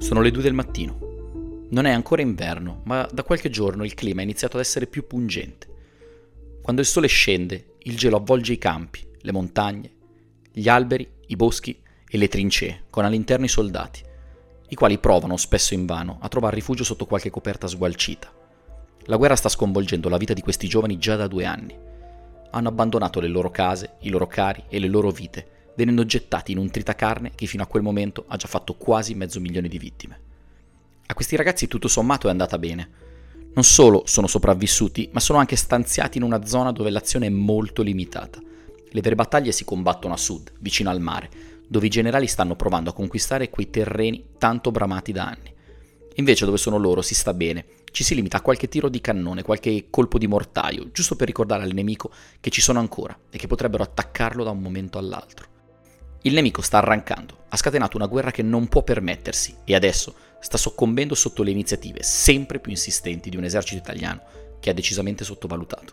Sono le 2 del mattino. Non è ancora inverno, ma da qualche giorno il clima è iniziato ad essere più pungente. Quando il sole scende, il gelo avvolge i campi, le montagne, gli alberi, i boschi e le trincee, con all'interno i soldati, i quali provano, spesso invano, a trovare rifugio sotto qualche coperta sgualcita. La guerra sta sconvolgendo la vita di questi giovani già da 2 anni. Hanno abbandonato le loro case, i loro cari e le loro vite, venendo gettati in un tritacarne che fino a quel momento ha già fatto quasi 500.000 di vittime. A questi ragazzi tutto sommato è andata bene. Non solo sono sopravvissuti, ma sono anche stanziati in una zona dove l'azione è molto limitata. Le vere battaglie si combattono a sud, vicino al mare, dove i generali stanno provando a conquistare quei terreni tanto bramati da anni. Invece dove sono loro si sta bene, ci si limita a qualche tiro di cannone, qualche colpo di mortaio, giusto per ricordare al nemico che ci sono ancora e che potrebbero attaccarlo da un momento all'altro. Il nemico sta arrancando, ha scatenato una guerra che non può permettersi e adesso sta soccombendo sotto le iniziative sempre più insistenti di un esercito italiano che ha decisamente sottovalutato.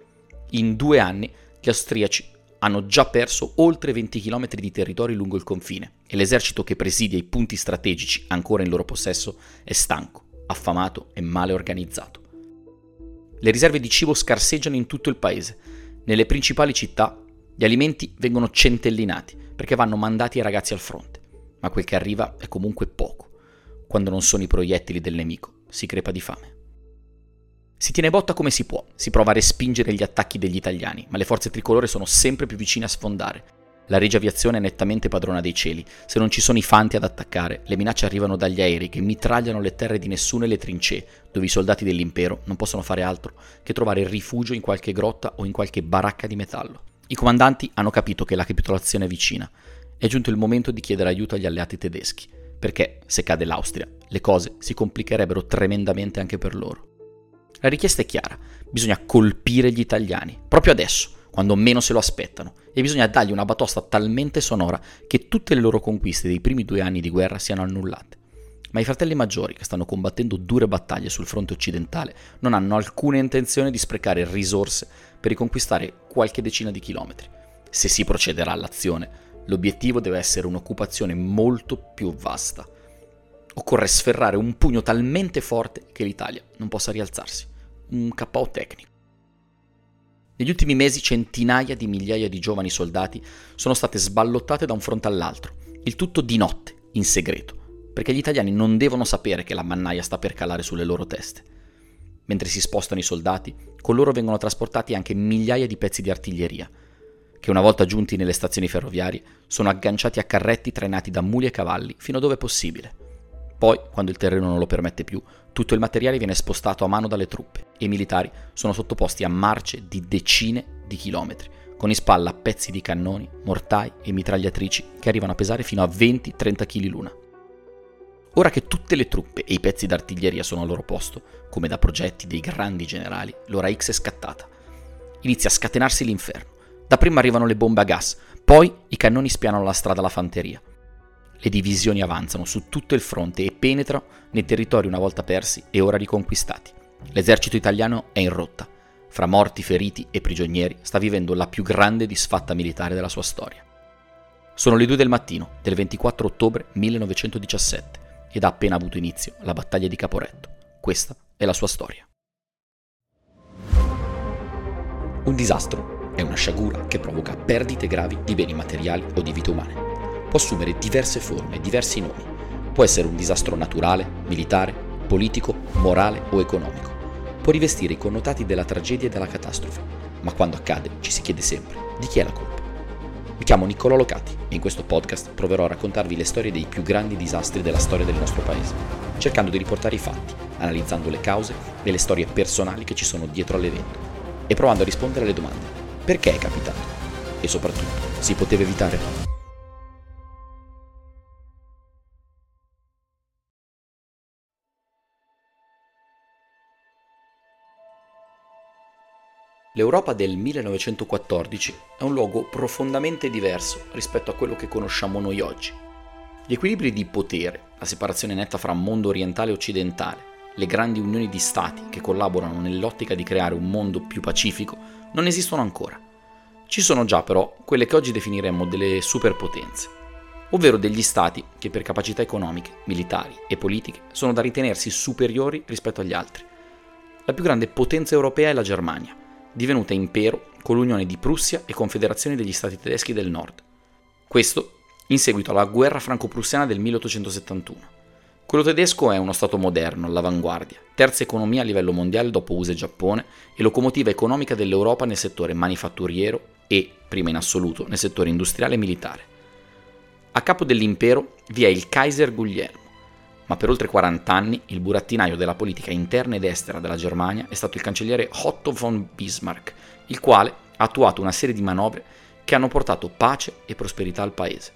In 2 anni gli austriaci hanno già perso oltre 20 km di territorio lungo il confine e l'esercito che presidia i punti strategici ancora in loro possesso è stanco, affamato e male organizzato. Le riserve di cibo scarseggiano in tutto il paese. Nelle principali città gli alimenti vengono centellinati perché vanno mandati ai ragazzi al fronte, ma quel che arriva è comunque poco. Quando non sono i proiettili del nemico, si crepa di fame. Si tiene botta come si può, si prova a respingere gli attacchi degli italiani, ma le forze tricolore sono sempre più vicine a sfondare. La Regia Aviazione è nettamente padrona dei cieli. Se non ci sono i fanti ad attaccare, le minacce arrivano dagli aerei che mitragliano le terre di nessuno e le trincee, dove i soldati dell'impero non possono fare altro che trovare rifugio in qualche grotta o in qualche baracca di metallo. I comandanti hanno capito che la capitolazione è vicina. È giunto il momento di chiedere aiuto agli alleati tedeschi, perché, se cade l'Austria, le cose si complicherebbero tremendamente anche per loro. La richiesta è chiara, bisogna colpire gli italiani, proprio adesso, quando meno se lo aspettano, e bisogna dargli una batosta talmente sonora che tutte le loro conquiste dei primi 2 anni di guerra siano annullate. Ma i fratelli maggiori, che stanno combattendo dure battaglie sul fronte occidentale, non hanno alcuna intenzione di sprecare risorse per riconquistare qualche decina di chilometri. Se si procederà all'azione, l'obiettivo deve essere un'occupazione molto più vasta. Occorre sferrare un pugno talmente forte che l'Italia non possa rialzarsi. Un KO tecnico. Negli ultimi mesi centinaia di migliaia di giovani soldati sono state sballottate da un fronte all'altro, il tutto di notte, in segreto, perché gli italiani non devono sapere che la mannaia sta per calare sulle loro teste. Mentre si spostano i soldati, con loro vengono trasportati anche migliaia di pezzi di artiglieria, che una volta giunti nelle stazioni ferroviarie sono agganciati a carretti trainati da muli e cavalli fino a dove è possibile. Poi, quando il terreno non lo permette più, tutto il materiale viene spostato a mano dalle truppe e i militari sono sottoposti a marce di decine di chilometri, con in spalla pezzi di cannoni, mortai e mitragliatrici che arrivano a pesare fino a 20-30 kg l'una. Ora che tutte le truppe e i pezzi d'artiglieria sono al loro posto, come da progetti dei grandi generali, l'ora X è scattata. Inizia a scatenarsi l'inferno. Dapprima arrivano le bombe a gas, poi i cannoni spianano la strada alla fanteria. Le divisioni avanzano su tutto il fronte e penetrano nei territori una volta persi e ora riconquistati. L'esercito italiano è in rotta. Fra morti, feriti e prigionieri sta vivendo la più grande disfatta militare della sua storia. Sono le 2 del mattino del 24 ottobre 1917 ed ha appena avuto inizio la battaglia di Caporetto. Questa è la sua storia. Un disastro è una sciagura che provoca perdite gravi di beni materiali o di vite umane. Può assumere diverse forme, diversi nomi. Può essere un disastro naturale, militare, politico, morale o economico. Può rivestire i connotati della tragedia e della catastrofe, ma quando accade ci si chiede sempre di chi è la colpa. Mi chiamo Niccolò Locati e in questo podcast proverò a raccontarvi le storie dei più grandi disastri della storia del nostro paese, cercando di riportare i fatti, analizzando le cause e le storie personali che ci sono dietro all'evento e provando a rispondere alle domande: perché è capitato? E soprattutto, si poteva evitare? L'Europa del 1914 è un luogo profondamente diverso rispetto a quello che conosciamo noi oggi. Gli equilibri di potere, la separazione netta fra mondo orientale e occidentale, le grandi unioni di stati che collaborano nell'ottica di creare un mondo più pacifico non esistono ancora. Ci sono già però quelle che oggi definiremmo delle superpotenze. ovvero degli stati che per capacità economiche, militari e politiche sono da ritenersi superiori rispetto agli altri. La più grande potenza europea è la Germania, divenuta impero con l'unione di Prussia e Confederazione degli Stati tedeschi del Nord. Questo in seguito alla guerra franco-prussiana del 1871. Quello tedesco è uno stato moderno, all'avanguardia, terza economia a livello mondiale dopo USA e Giappone e locomotiva economica dell'Europa nel settore manifatturiero e, prima in assoluto, nel settore industriale e militare. A capo dell'impero vi è il Kaiser Guglielmo, ma per oltre 40 anni il burattinaio della politica interna ed estera della Germania è stato il cancelliere Otto von Bismarck, il quale ha attuato una serie di manovre che hanno portato pace e prosperità al paese.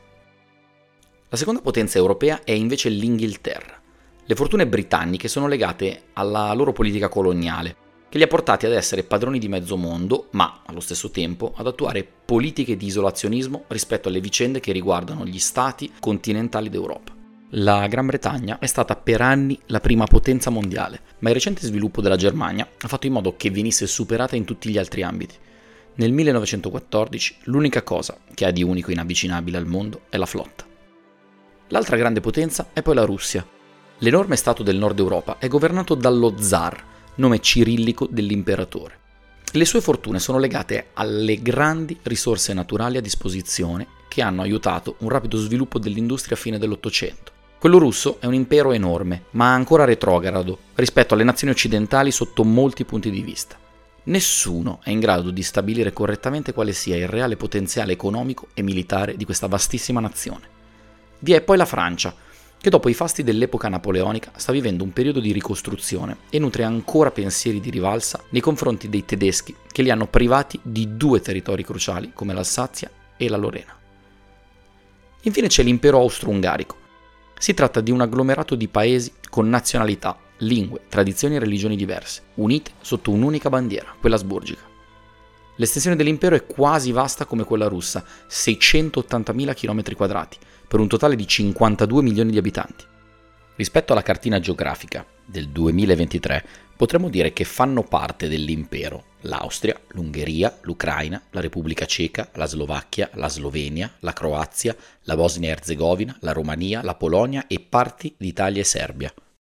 La seconda potenza europea è invece l'Inghilterra. Le fortune britanniche sono legate alla loro politica coloniale, che li ha portati ad essere padroni di mezzo mondo, ma allo stesso tempo ad attuare politiche di isolazionismo rispetto alle vicende che riguardano gli stati continentali d'Europa. La Gran Bretagna è stata per anni la prima potenza mondiale, ma il recente sviluppo della Germania ha fatto in modo che venisse superata in tutti gli altri ambiti. Nel 1914 l'unica cosa che ha di unico inavvicinabile al mondo è la flotta. L'altra grande potenza è poi la Russia. L'enorme stato del nord Europa è governato dallo zar, nome cirillico dell'imperatore. Le sue fortune sono legate alle grandi risorse naturali a disposizione che hanno aiutato un rapido sviluppo dell'industria a fine dell'Ottocento. Quello russo è un impero enorme, ma ancora retrogrado rispetto alle nazioni occidentali sotto molti punti di vista. Nessuno è in grado di stabilire correttamente quale sia il reale potenziale economico e militare di questa vastissima nazione. Vi è poi la Francia, che dopo i fasti dell'epoca napoleonica sta vivendo un periodo di ricostruzione e nutre ancora pensieri di rivalsa nei confronti dei tedeschi che li hanno privati di due territori cruciali come l'Alsazia e la Lorena. Infine c'è l'impero austro-ungarico. Si tratta di un agglomerato di paesi con nazionalità, lingue, tradizioni e religioni diverse, unite sotto un'unica bandiera, quella asburgica. L'estensione dell'impero è quasi vasta come quella russa, 680.000 km², per un totale di 52 milioni di abitanti. Rispetto alla cartina geografica del 2023, potremmo dire che fanno parte dell'impero l'Austria, l'Ungheria, l'Ucraina, la Repubblica Ceca, la Slovacchia, la Slovenia, la Croazia, la Bosnia e Erzegovina, la Romania, la Polonia e parti d'Italia e Serbia.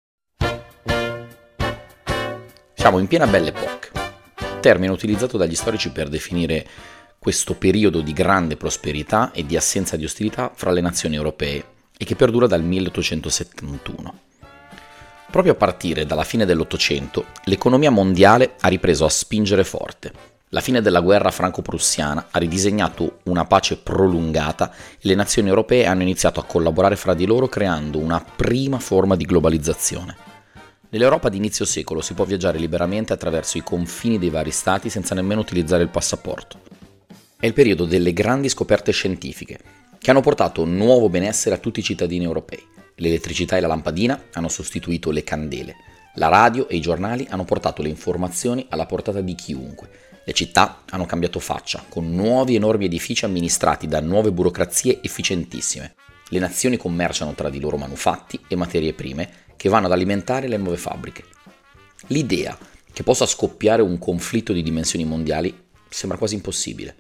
Siamo in piena Belle Époque, termine utilizzato dagli storici per definire questo periodo di grande prosperità e di assenza di ostilità fra le nazioni europee e che perdura dal 1871. Proprio a partire dalla fine dell'Ottocento, l'economia mondiale ha ripreso a spingere forte. La fine della guerra franco-prussiana ha ridisegnato una pace prolungata e le nazioni europee hanno iniziato a collaborare fra di loro creando una prima forma di globalizzazione. Nell'Europa di inizio secolo si può viaggiare liberamente attraverso i confini dei vari stati senza nemmeno utilizzare il passaporto. È il periodo delle grandi scoperte scientifiche, che hanno portato nuovo benessere a tutti i cittadini europei. L'elettricità e la lampadina hanno sostituito le candele. La radio e i giornali hanno portato le informazioni alla portata di chiunque. Le città hanno cambiato faccia, con nuovi enormi edifici amministrati da nuove burocrazie efficientissime. Le nazioni commerciano tra di loro manufatti e materie prime che vanno ad alimentare le nuove fabbriche. L'idea che possa scoppiare un conflitto di dimensioni mondiali sembra quasi impossibile.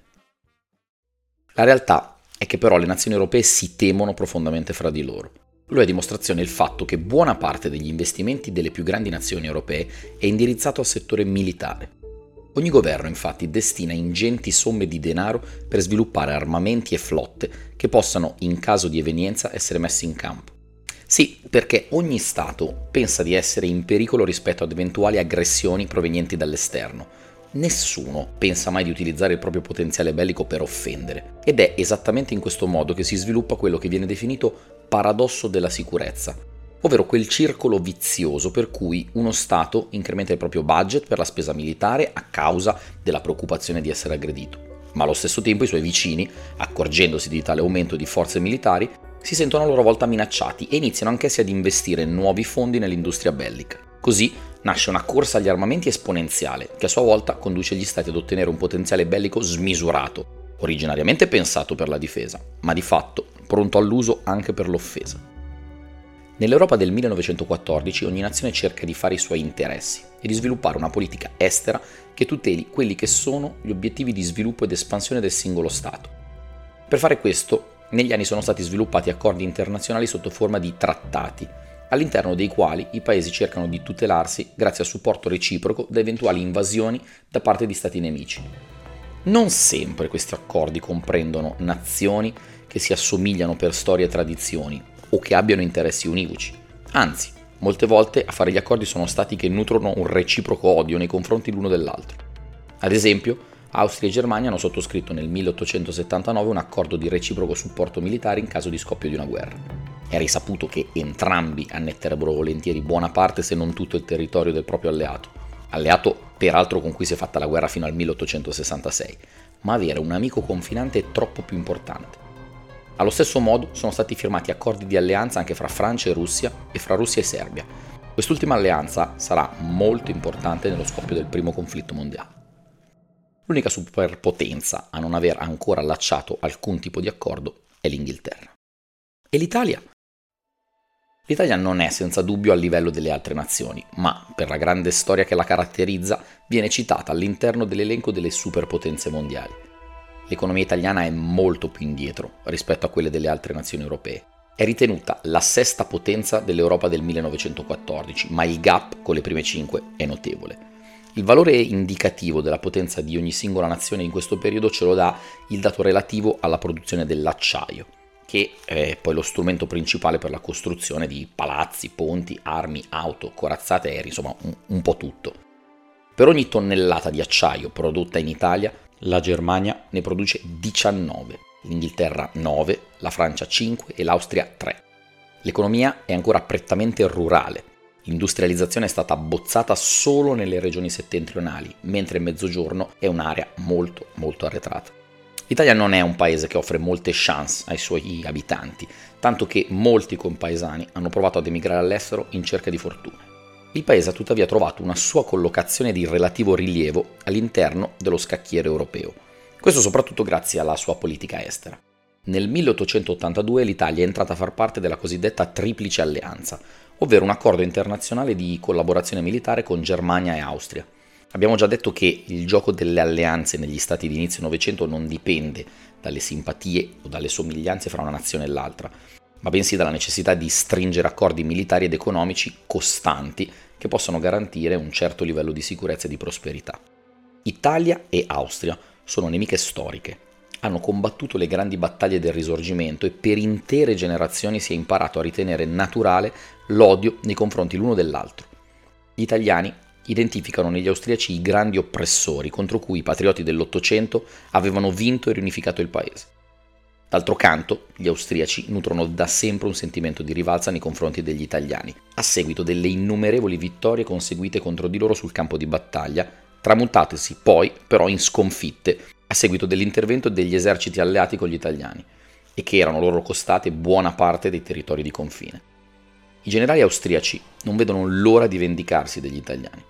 La realtà è che però le nazioni europee si temono profondamente fra di loro. Lo è dimostrazione il fatto che buona parte degli investimenti delle più grandi nazioni europee è indirizzato al settore militare. Ogni governo infatti destina ingenti somme di denaro per sviluppare armamenti e flotte che possano, in caso di evenienza, essere messi in campo. Sì, perché ogni Stato pensa di essere in pericolo rispetto ad eventuali aggressioni provenienti dall'esterno. Nessuno pensa mai di utilizzare il proprio potenziale bellico per offendere, ed è esattamente in questo modo che si sviluppa quello che viene definito paradosso della sicurezza, ovvero quel circolo vizioso per cui uno Stato incrementa il proprio budget per la spesa militare a causa della preoccupazione di essere aggredito, ma allo stesso tempo i suoi vicini, accorgendosi di tale aumento di forze militari, si sentono a loro volta minacciati e iniziano anch'essi ad investire nuovi fondi nell'industria bellica. Così nasce una corsa agli armamenti esponenziale, che a sua volta conduce gli stati ad ottenere un potenziale bellico smisurato, originariamente pensato per la difesa, ma di fatto pronto all'uso anche per l'offesa. Nell'Europa del 1914 ogni nazione cerca di fare i suoi interessi e di sviluppare una politica estera che tuteli quelli che sono gli obiettivi di sviluppo ed espansione del singolo Stato. Per fare questo negli anni sono stati sviluppati accordi internazionali sotto forma di trattati, all'interno dei quali i paesi cercano di tutelarsi grazie al supporto reciproco da eventuali invasioni da parte di stati nemici. Non sempre questi accordi comprendono nazioni che si assomigliano per storie e tradizioni o che abbiano interessi univoci. Anzi, molte volte a fare gli accordi sono stati che nutrono un reciproco odio nei confronti l'uno dell'altro. Ad esempio, Austria e Germania hanno sottoscritto nel 1879 un accordo di reciproco supporto militare in caso di scoppio di una guerra. È risaputo che entrambi annetterebbero volentieri buona parte, se non tutto, il territorio del proprio alleato peraltro con cui si è fatta la guerra fino al 1866, ma avere un amico confinante è troppo più importante. Allo stesso modo sono stati firmati accordi di alleanza anche fra Francia e Russia e fra Russia e Serbia. Quest'ultima alleanza sarà molto importante nello scoppio del primo conflitto mondiale. L'unica superpotenza a non aver ancora allacciato alcun tipo di accordo è l'Inghilterra. E l'Italia? L'Italia non è senza dubbio a livello delle altre nazioni, ma per la grande storia che la caratterizza viene citata all'interno dell'elenco delle superpotenze mondiali. L'economia italiana è molto più indietro rispetto a quelle delle altre nazioni europee. È ritenuta la sesta potenza dell'Europa del 1914, ma il gap con le prime 5 è notevole. Il valore indicativo della potenza di ogni singola nazione in questo periodo ce lo dà il dato relativo alla produzione dell'acciaio, che è poi lo strumento principale per la costruzione di palazzi, ponti, armi, auto, corazzate aeree, insomma un po' tutto. Per ogni tonnellata di acciaio prodotta in Italia, la Germania ne produce 19, l'Inghilterra 9, la Francia 5 e l'Austria 3. L'economia è ancora prettamente rurale. L'industrializzazione è stata abbozzata solo nelle regioni settentrionali, mentre il Mezzogiorno è un'area molto arretrata. L'Italia non è un paese che offre molte chance ai suoi abitanti, tanto che molti compaesani hanno provato ad emigrare all'estero in cerca di fortuna. Il paese ha tuttavia trovato una sua collocazione di relativo rilievo all'interno dello scacchiere europeo. Questo soprattutto grazie alla sua politica estera. Nel 1882 l'Italia è entrata a far parte della cosiddetta Triplice Alleanza, ovvero un accordo internazionale di collaborazione militare con Germania e Austria. Abbiamo già detto che il gioco delle alleanze negli stati di inizio Novecento non dipende dalle simpatie o dalle somiglianze fra una nazione e l'altra, ma bensì dalla necessità di stringere accordi militari ed economici costanti che possano garantire un certo livello di sicurezza e di prosperità. Italia e Austria sono nemiche storiche, hanno combattuto le grandi battaglie del Risorgimento e per intere generazioni si è imparato a ritenere naturale l'odio nei confronti l'uno dell'altro. Gli italiani identificano negli austriaci i grandi oppressori contro cui i patrioti dell'Ottocento avevano vinto e riunificato il paese. D'altro canto, gli austriaci nutrono da sempre un sentimento di rivalsa nei confronti degli italiani, a seguito delle innumerevoli vittorie conseguite contro di loro sul campo di battaglia, tramutatesi poi però in sconfitte a seguito dell'intervento degli eserciti alleati con gli italiani, e che erano loro costate buona parte dei territori di confine. I generali austriaci non vedono l'ora di vendicarsi degli italiani.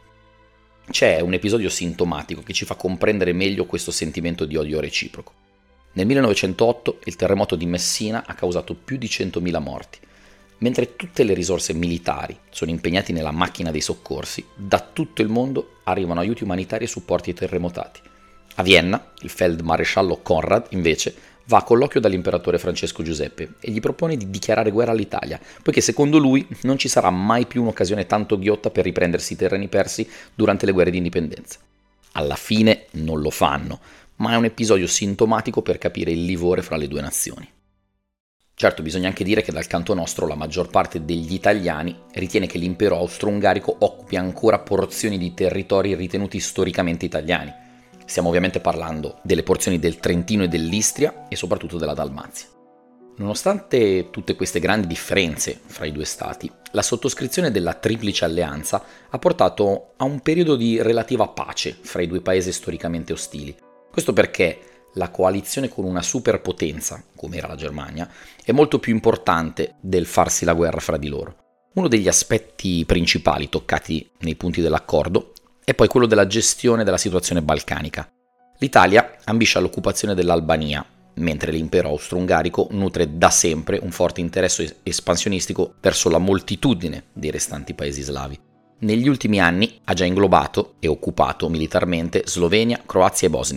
C'è un episodio sintomatico che ci fa comprendere meglio questo sentimento di odio reciproco. Nel 1908 il terremoto di Messina ha causato più di 100.000 morti. Mentre tutte le risorse militari sono impegnate nella macchina dei soccorsi, da tutto il mondo arrivano aiuti umanitari e supporti ai terremotati. A Vienna, il feldmaresciallo Conrad, invece, va a colloquio dall'imperatore Francesco Giuseppe e gli propone di dichiarare guerra all'Italia, poiché secondo lui non ci sarà mai più un'occasione tanto ghiotta per riprendersi i terreni persi durante le guerre di indipendenza. Alla fine non lo fanno, ma è un episodio sintomatico per capire il livore fra le due nazioni. Certo, bisogna anche dire che dal canto nostro la maggior parte degli italiani ritiene che l'impero austro-ungarico occupi ancora porzioni di territori ritenuti storicamente italiani. Stiamo ovviamente parlando delle porzioni del Trentino e dell'Istria e soprattutto della Dalmazia. Nonostante tutte queste grandi differenze fra i due stati, la sottoscrizione della Triplice Alleanza ha portato a un periodo di relativa pace fra i due paesi storicamente ostili. Questo perché la coalizione con una superpotenza, come era la Germania, è molto più importante del farsi la guerra fra di loro. Uno degli aspetti principali toccati nei punti dell'accordo è poi quello della gestione della situazione balcanica. L'Italia ambisce all'occupazione dell'Albania, mentre l'impero austro-ungarico nutre da sempre un forte interesse espansionistico verso la moltitudine dei restanti paesi slavi. Negli ultimi anni ha già inglobato e occupato militarmente Slovenia, Croazia e Bosnia,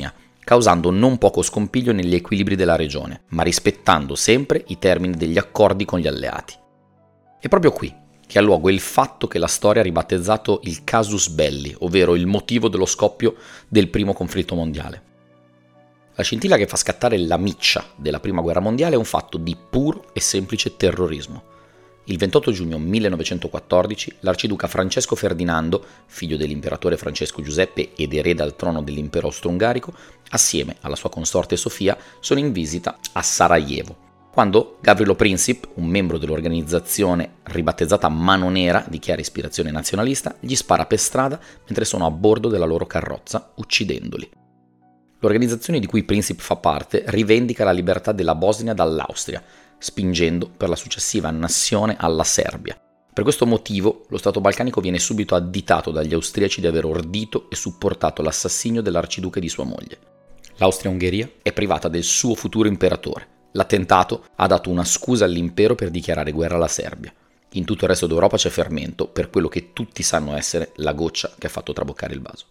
causando non poco scompiglio negli equilibri della regione, ma rispettando sempre i termini degli accordi con gli alleati. È proprio qui che ha luogo il fatto che la storia ha ribattezzato il casus belli, ovvero il motivo dello scoppio del primo conflitto mondiale. La scintilla che fa scattare la miccia della prima guerra mondiale è un fatto di puro e semplice terrorismo. Il 28 giugno 1914 l'arciduca Francesco Ferdinando, figlio dell'imperatore Francesco Giuseppe ed erede al trono dell'impero austro-ungarico, assieme alla sua consorte Sofia, sono in visita a Sarajevo, quando Gavrilo Princip, un membro dell'organizzazione ribattezzata Mano Nera di chiara ispirazione nazionalista, gli spara per strada mentre sono a bordo della loro carrozza, uccidendoli. L'organizzazione di cui Princip fa parte rivendica la libertà della Bosnia dall'Austria, spingendo per la successiva annessione alla Serbia. Per questo motivo lo Stato balcanico viene subito additato dagli austriaci di aver ordito e supportato l'assassinio dell'arciduca e di sua moglie. L'Austria-Ungheria è privata del suo futuro imperatore. L'attentato ha dato una scusa all'impero per dichiarare guerra alla Serbia. In tutto il resto d'Europa c'è fermento per quello che tutti sanno essere la goccia che ha fatto traboccare il vaso.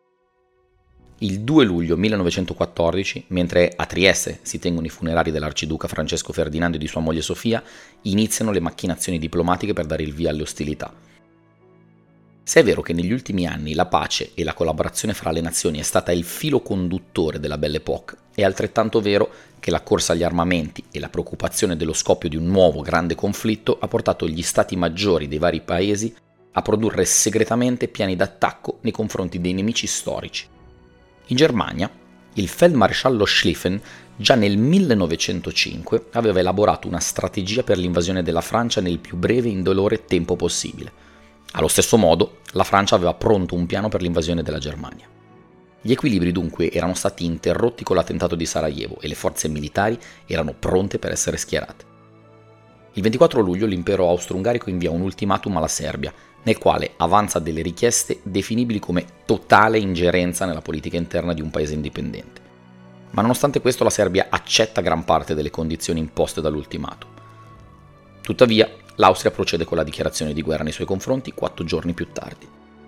Il 2 luglio 1914, mentre a Trieste si tengono i funerali dell'arciduca Francesco Ferdinando e di sua moglie Sofia, iniziano le macchinazioni diplomatiche per dare il via alle ostilità. Se è vero che negli ultimi anni la pace e la collaborazione fra le nazioni è stata il filo conduttore della Belle Époque, è altrettanto vero che la corsa agli armamenti e la preoccupazione dello scoppio di un nuovo grande conflitto ha portato gli stati maggiori dei vari paesi a produrre segretamente piani d'attacco nei confronti dei nemici storici. In Germania, il feldmaresciallo Schlieffen già nel 1905 aveva elaborato una strategia per l'invasione della Francia nel più breve e indolore tempo possibile. Allo stesso modo, la Francia aveva pronto un piano per l'invasione della Germania. Gli equilibri dunque erano stati interrotti con l'attentato di Sarajevo e le forze militari erano pronte per essere schierate. Il 24 luglio l'impero austro-ungarico invia un ultimatum alla Serbia, nel quale avanza delle richieste definibili come totale ingerenza nella politica interna di un paese indipendente. Ma nonostante questo la Serbia accetta gran parte delle condizioni imposte dall'ultimatum. Tuttavia, l'Austria procede con la dichiarazione di guerra nei suoi confronti 4 giorni più tardi.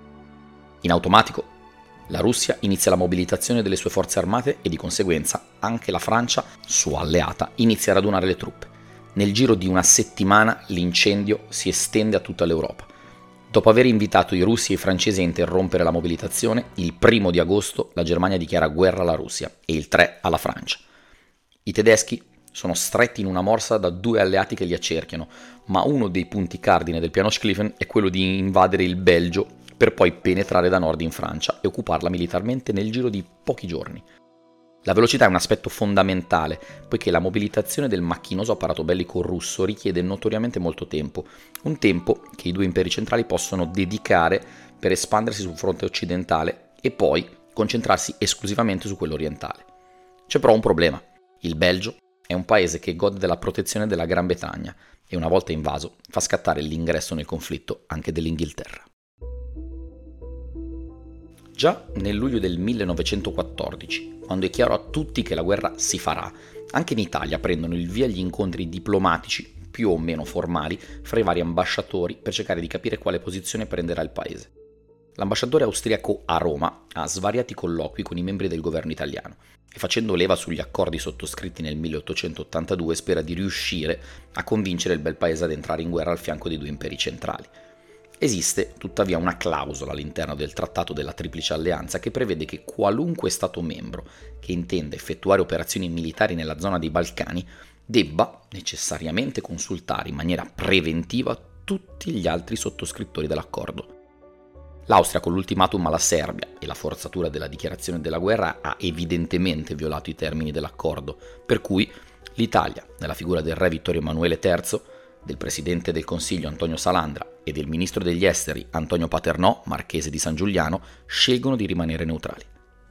In automatico, la Russia inizia la mobilitazione delle sue forze armate e di conseguenza anche la Francia, sua alleata, inizia a radunare le truppe. Nel giro di una settimana l'incendio si estende a tutta l'Europa. Dopo aver invitato i russi e i francesi a interrompere la mobilitazione, il 1 di agosto la Germania dichiara guerra alla Russia e il 3 alla Francia. I tedeschi sono stretti in una morsa da 2 alleati che li accerchiano, ma uno dei punti cardine del piano Schlieffen è quello di invadere il Belgio per poi penetrare da nord in Francia e occuparla militarmente nel giro di pochi giorni. La velocità è un aspetto fondamentale, poiché la mobilitazione del macchinoso apparato bellico russo richiede notoriamente molto tempo, un tempo che i 2 imperi centrali possono dedicare per espandersi sul fronte occidentale e poi concentrarsi esclusivamente su quello orientale. C'è però un problema: il Belgio è un paese che gode della protezione della Gran Bretagna e una volta invaso fa scattare l'ingresso nel conflitto anche dell'Inghilterra. Già nel luglio del 1914, quando è chiaro a tutti che la guerra si farà, anche in Italia prendono il via gli incontri diplomatici, più o meno formali, fra i vari ambasciatori per cercare di capire quale posizione prenderà il paese. L'ambasciatore austriaco a Roma ha svariati colloqui con i membri del governo italiano e facendo leva sugli accordi sottoscritti nel 1882 spera di riuscire a convincere il bel paese ad entrare in guerra al fianco dei 2 imperi centrali. Esiste tuttavia una clausola all'interno del Trattato della Triplice Alleanza che prevede che qualunque Stato membro che intenda effettuare operazioni militari nella zona dei Balcani debba necessariamente consultare in maniera preventiva tutti gli altri sottoscrittori dell'accordo. L'Austria con l'ultimatum alla Serbia e la forzatura della dichiarazione della guerra ha evidentemente violato i termini dell'accordo, per cui l'Italia, nella figura del re Vittorio Emanuele III, del presidente del Consiglio Antonio Salandra e del ministro degli esteri Antonio Paternò, marchese di San Giuliano, scelgono di rimanere neutrali.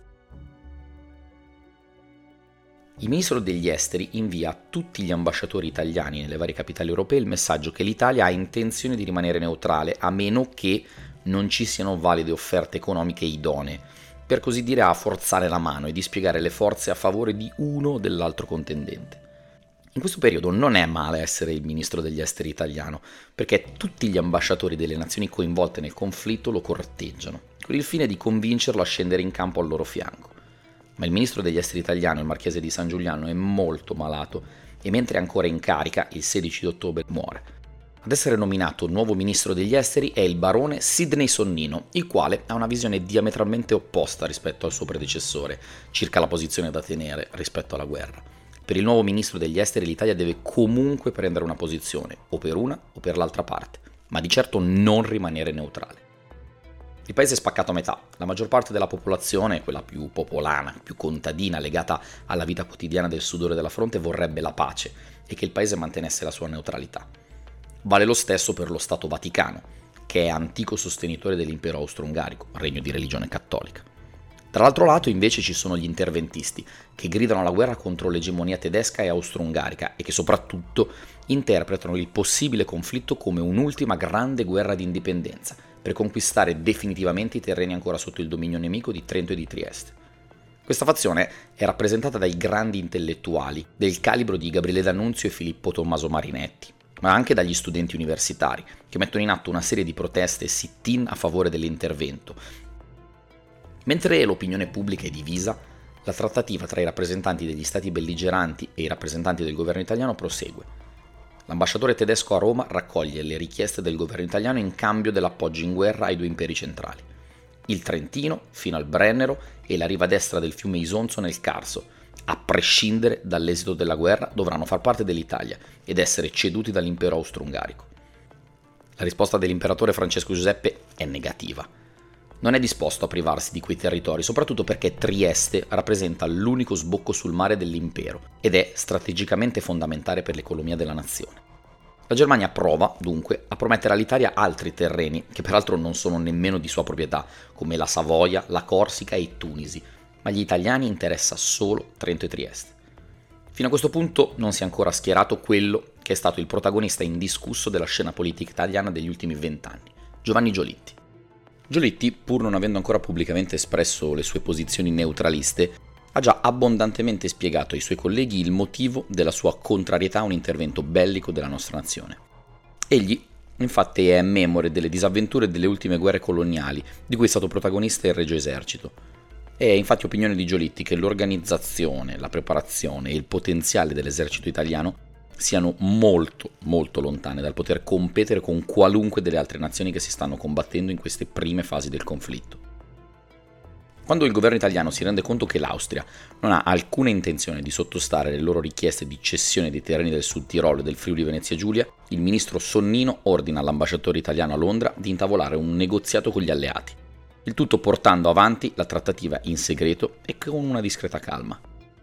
Il ministro degli esteri invia a tutti gli ambasciatori italiani nelle varie capitali europee il messaggio che l'Italia ha intenzione di rimanere neutrale a meno che non ci siano valide offerte economiche idonee, per così dire a forzare la mano e di spiegare le forze a favore di uno o dell'altro contendente. In questo periodo non è male essere il ministro degli esteri italiano, perché tutti gli ambasciatori delle nazioni coinvolte nel conflitto lo corteggiano, con il fine di convincerlo a scendere in campo al loro fianco. Ma il ministro degli esteri italiano, il marchese di San Giuliano, è molto malato e mentre è ancora in carica, il 16 ottobre muore. Ad essere nominato nuovo ministro degli esteri è il barone Sidney Sonnino, il quale ha una visione diametralmente opposta rispetto al suo predecessore, circa la posizione da tenere rispetto alla guerra. Per il nuovo ministro degli esteri l'Italia deve comunque prendere una posizione, o per una o per l'altra parte, ma di certo non rimanere neutrale. Il paese è spaccato a metà, la maggior parte della popolazione, quella più popolana, più contadina, legata alla vita quotidiana del sudore della fronte, vorrebbe la pace e che il paese mantenesse la sua neutralità. Vale lo stesso per lo Stato Vaticano, che è antico sostenitore dell'impero austro-ungarico, regno di religione cattolica. Dall'altro lato invece ci sono gli interventisti, che gridano la guerra contro l'egemonia tedesca e austro-ungarica e che soprattutto interpretano il possibile conflitto come un'ultima grande guerra di indipendenza, per conquistare definitivamente i terreni ancora sotto il dominio nemico di Trento e di Trieste. Questa fazione è rappresentata dai grandi intellettuali del calibro di Gabriele D'Annunzio e Filippo Tommaso Marinetti, ma anche dagli studenti universitari, che mettono in atto una serie di proteste e sit-in a favore dell'intervento. Mentre l'opinione pubblica è divisa, la trattativa tra i rappresentanti degli stati belligeranti e i rappresentanti del governo italiano prosegue. L'ambasciatore tedesco a Roma raccoglie le richieste del governo italiano in cambio dell'appoggio in guerra ai due imperi centrali. Il Trentino, fino al Brennero, e la riva destra del fiume Isonzo nel Carso, a prescindere dall'esito della guerra, dovranno far parte dell'Italia ed essere ceduti dall'impero austro-ungarico. La risposta dell'imperatore Francesco Giuseppe è negativa. Non è disposto a privarsi di quei territori, soprattutto perché Trieste rappresenta l'unico sbocco sul mare dell'impero ed è strategicamente fondamentale per l'economia della nazione. La Germania prova, dunque, a promettere all'Italia altri terreni, che peraltro non sono nemmeno di sua proprietà, come la Savoia, la Corsica e Tunisi, ma agli italiani interessa solo Trento e Trieste. Fino a questo punto non si è ancora schierato quello che è stato il protagonista indiscusso della scena politica italiana degli ultimi 20 anni, Giovanni Giolitti. Giolitti, pur non avendo ancora pubblicamente espresso le sue posizioni neutraliste, ha già abbondantemente spiegato ai suoi colleghi il motivo della sua contrarietà a un intervento bellico della nostra nazione. Egli, infatti, è memore delle disavventure delle ultime guerre coloniali, di cui è stato protagonista il Regio Esercito. È infatti opinione di Giolitti che l'organizzazione, la preparazione e il potenziale dell'esercito italiano siano molto lontane dal poter competere con qualunque delle altre nazioni che si stanno combattendo in queste prime fasi del conflitto. Quando il governo italiano si rende conto che l'Austria non ha alcuna intenzione di sottostare alle loro richieste di cessione dei terreni del Sud Tirolo e del Friuli Venezia Giulia, il ministro Sonnino ordina all'ambasciatore italiano a Londra di intavolare un negoziato con gli alleati, il tutto portando avanti la trattativa in segreto e con una discreta calma.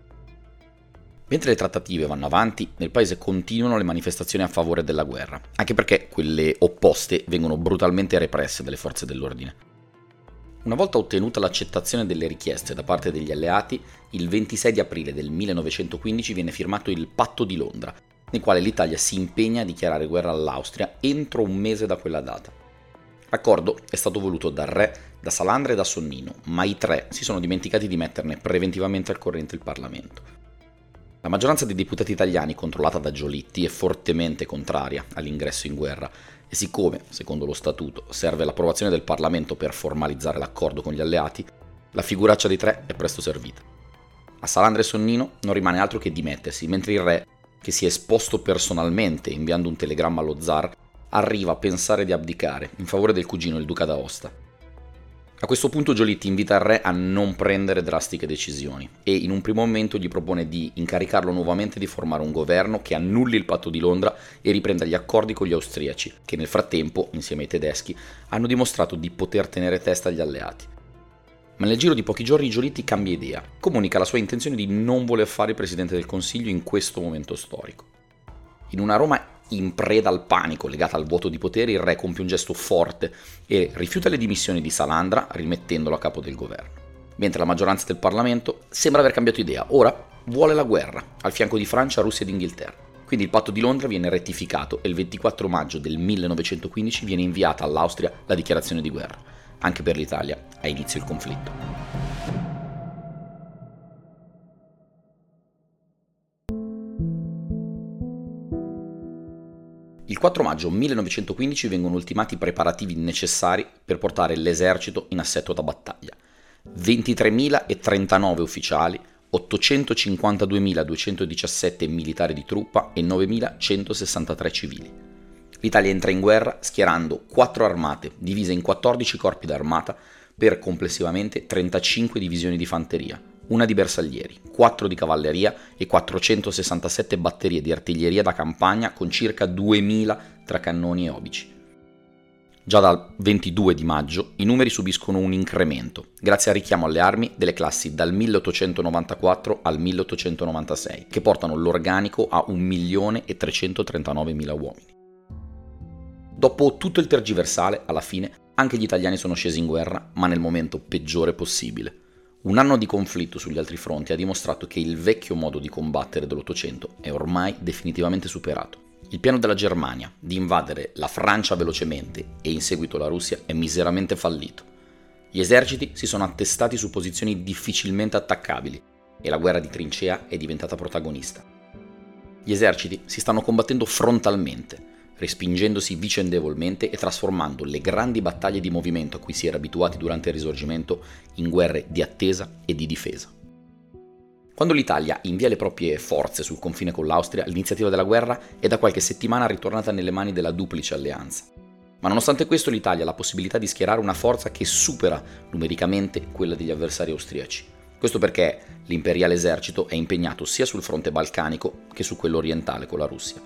Mentre le trattative vanno avanti, nel paese continuano le manifestazioni a favore della guerra, anche perché quelle opposte vengono brutalmente represse dalle forze dell'ordine. Una volta ottenuta l'accettazione delle richieste da parte degli alleati, il 26 di aprile del 1915 viene firmato il Patto di Londra, nel quale l'Italia si impegna a dichiarare guerra all'Austria entro un mese da quella data. L'accordo è stato voluto dal re, da Salandra e da Sonnino, ma i tre si sono dimenticati di metterne preventivamente al corrente il Parlamento. La maggioranza dei deputati italiani, controllata da Giolitti, è fortemente contraria all'ingresso in guerra e siccome, secondo lo statuto, serve l'approvazione del Parlamento per formalizzare l'accordo con gli alleati, la figuraccia dei tre è presto servita. A Salandra e Sonnino non rimane altro che dimettersi, mentre il re, che si è esposto personalmente inviando un telegramma allo zar, arriva a pensare di abdicare in favore del cugino, il duca d'Aosta. A questo punto Giolitti invita il re a non prendere drastiche decisioni e in un primo momento gli propone di incaricarlo nuovamente di formare un governo che annulli il patto di Londra e riprenda gli accordi con gli austriaci, che nel frattempo, insieme ai tedeschi, hanno dimostrato di poter tenere testa agli alleati. Ma nel giro di pochi giorni Giolitti cambia idea, comunica la sua intenzione di non voler fare il presidente del Consiglio in questo momento storico. In una Roma in preda al panico legata al vuoto di potere, il re compie un gesto forte e rifiuta le dimissioni di Salandra, rimettendolo a capo del governo. Mentre la maggioranza del Parlamento sembra aver cambiato idea, ora vuole la guerra, al fianco di Francia, Russia ed Inghilterra. Quindi il patto di Londra viene rettificato e il 24 maggio del 1915 viene inviata all'Austria la dichiarazione di guerra. Anche per l'Italia ha inizio il conflitto. Il 4 maggio 1915 vengono ultimati i preparativi necessari per portare l'esercito in assetto da battaglia. 23.039 ufficiali, 852.217 militari di truppa e 9.163 civili. L'Italia entra in guerra schierando 4 armate divise in 14 corpi d'armata per complessivamente 35 divisioni di fanteria, una di bersaglieri, 4 di cavalleria e 467 batterie di artiglieria da campagna con circa 2.000 tra cannoni e obici. Già dal 22 di maggio i numeri subiscono un incremento, grazie al richiamo alle armi delle classi dal 1894 al 1896, che portano l'organico a 1.339.000 uomini. Dopo tutto il tergiversale, alla fine, anche gli italiani sono scesi in guerra, ma nel momento peggiore possibile. Un anno di conflitto sugli altri fronti ha dimostrato che il vecchio modo di combattere dell'Ottocento è ormai definitivamente superato. Il piano della Germania di invadere la Francia velocemente e in seguito la Russia è miseramente fallito. Gli eserciti si sono attestati su posizioni difficilmente attaccabili e la guerra di trincea è diventata protagonista. Gli eserciti si stanno combattendo frontalmente, respingendosi vicendevolmente e trasformando le grandi battaglie di movimento a cui si era abituati durante il Risorgimento in guerre di attesa e di difesa. Quando l'Italia invia le proprie forze sul confine con l'Austria, l'iniziativa della guerra è da qualche settimana ritornata nelle mani della duplice alleanza. Ma nonostante questo l'Italia ha la possibilità di schierare una forza che supera numericamente quella degli avversari austriaci. Questo perché l'imperiale esercito è impegnato sia sul fronte balcanico che su quello orientale con la Russia.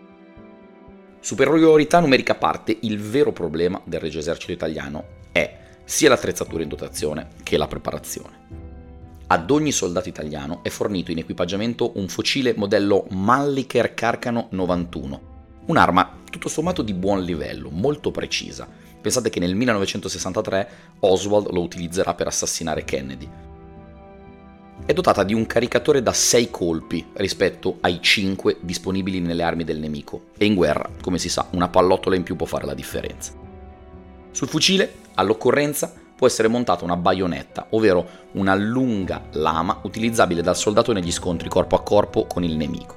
Superiorità numerica a parte, il vero problema del Regio Esercito italiano è sia l'attrezzatura in dotazione che la preparazione. Ad ogni soldato italiano è fornito in equipaggiamento un fucile modello Mannlicher Carcano 91, un'arma tutto sommato di buon livello, molto precisa. Pensate che nel 1963 Oswald lo utilizzerà per assassinare Kennedy. È dotata di un caricatore da 6 colpi rispetto ai 5 disponibili nelle armi del nemico e in guerra, come si sa, una pallottola in più può fare la differenza. Sul fucile, all'occorrenza, può essere montata una baionetta, ovvero una lunga lama utilizzabile dal soldato negli scontri corpo a corpo con il nemico.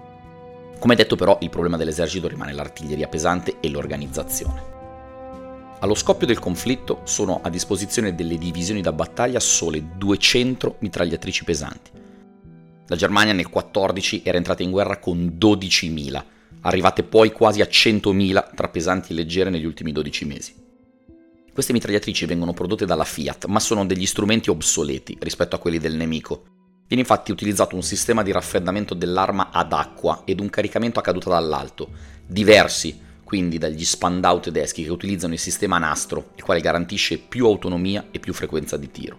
Come detto però, il problema dell'esercito rimane l'artiglieria pesante e l'organizzazione. Allo scoppio del conflitto sono a disposizione delle divisioni da battaglia sole 200 mitragliatrici pesanti. La Germania nel 14 era entrata in guerra con 12.000, arrivate poi quasi a 100.000 tra pesanti e leggere negli ultimi 12 mesi. Queste mitragliatrici vengono prodotte dalla Fiat, ma sono degli strumenti obsoleti rispetto a quelli del nemico. Viene infatti utilizzato un sistema di raffreddamento dell'arma ad acqua ed un caricamento a caduta dall'alto, diversi quindi dagli Spandau tedeschi che utilizzano il sistema a nastro, il quale garantisce più autonomia e più frequenza di tiro.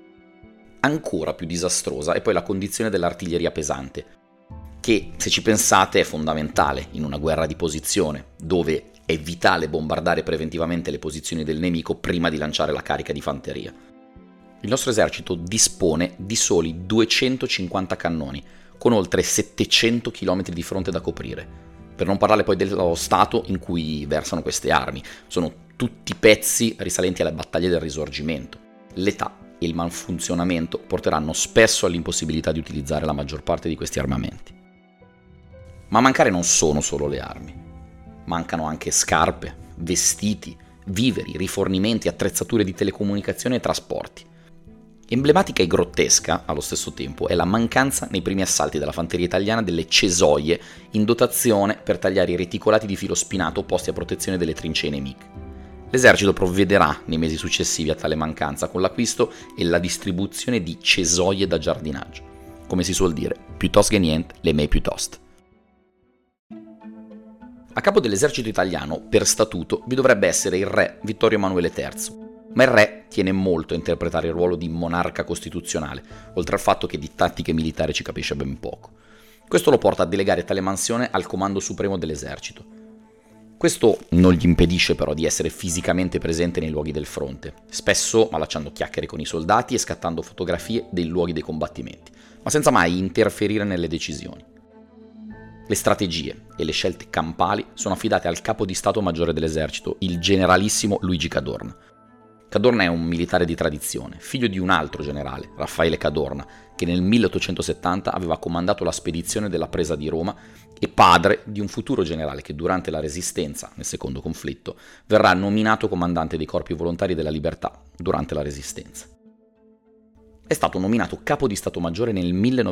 Ancora più disastrosa è poi la condizione dell'artiglieria pesante, che, se ci pensate, è fondamentale in una guerra di posizione, dove è vitale bombardare preventivamente le posizioni del nemico prima di lanciare la carica di fanteria. Il nostro esercito dispone di soli 250 cannoni, con oltre 700 km di fronte da coprire. Per non parlare poi dello stato in cui versano queste armi. Sono tutti pezzi risalenti alle battaglie del Risorgimento. L'età e il malfunzionamento porteranno spesso all'impossibilità di utilizzare la maggior parte di questi armamenti. Ma a mancare non sono solo le armi. Mancano anche scarpe, vestiti, viveri, rifornimenti, attrezzature di telecomunicazione e trasporti. Emblematica e grottesca, allo stesso tempo, è la mancanza nei primi assalti della fanteria italiana delle cesoie in dotazione per tagliare i reticolati di filo spinato posti a protezione delle trincee nemiche. L'esercito provvederà nei mesi successivi a tale mancanza con l'acquisto e la distribuzione di cesoie da giardinaggio. Come si suol dire, piuttosto che niente, le mai piuttosto. A capo dell'esercito italiano, per statuto, vi dovrebbe essere il re Vittorio Emanuele III, ma il re tiene molto a interpretare il ruolo di monarca costituzionale, oltre al fatto che di tattiche militari ci capisce ben poco. Questo lo porta a delegare tale mansione al comando supremo dell'esercito. Questo non gli impedisce però di essere fisicamente presente nei luoghi del fronte, spesso allacciando chiacchiere con i soldati e scattando fotografie dei luoghi dei combattimenti, ma senza mai interferire nelle decisioni. Le strategie e le scelte campali sono affidate al capo di Stato Maggiore dell'esercito, il generalissimo Luigi Cadorna. Cadorna è un militare di tradizione, figlio di un altro generale, Raffaele Cadorna, che nel 1870 aveva comandato la spedizione della presa di Roma e padre di un futuro generale che durante la Resistenza, nel secondo conflitto, verrà nominato comandante dei Corpi Volontari della Libertà durante la Resistenza. È stato nominato capo di Stato Maggiore nel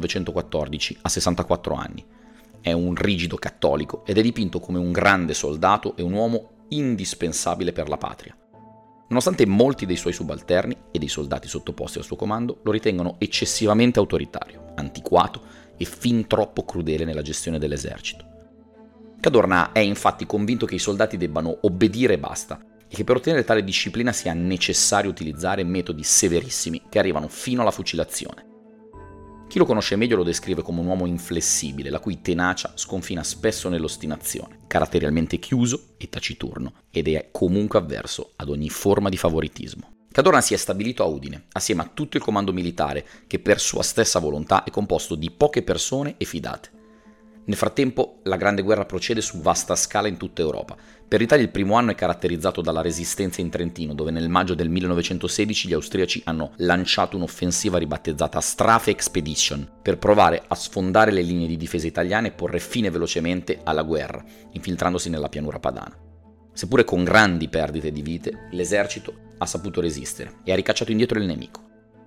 1914 a 64 anni. È un rigido cattolico ed è dipinto come un grande soldato e un uomo indispensabile per la patria. Nonostante molti dei suoi subalterni e dei soldati sottoposti al suo comando lo ritengono eccessivamente autoritario, antiquato e fin troppo crudele nella gestione dell'esercito. Cadorna è infatti convinto che i soldati debbano obbedire e basta, e che per ottenere tale disciplina sia necessario utilizzare metodi severissimi che arrivano fino alla fucilazione. Chi lo conosce meglio lo descrive come un uomo inflessibile, la cui tenacia sconfina spesso nell'ostinazione, caratterialmente chiuso e taciturno, ed è comunque avverso ad ogni forma di favoritismo. Cadorna si è stabilito a Udine, assieme a tutto il comando militare, che per sua stessa volontà è composto di poche persone e fidate. Nel frattempo la Grande Guerra procede su vasta scala in tutta Europa. Per l'Italia il primo anno è caratterizzato dalla resistenza in Trentino, dove nel maggio del 1916 gli austriaci hanno lanciato un'offensiva ribattezzata Strafe Expedition per provare a sfondare le linee di difesa italiane e porre fine velocemente alla guerra, infiltrandosi nella pianura padana. Seppure con grandi perdite di vite, l'esercito ha saputo resistere e ha ricacciato indietro il nemico.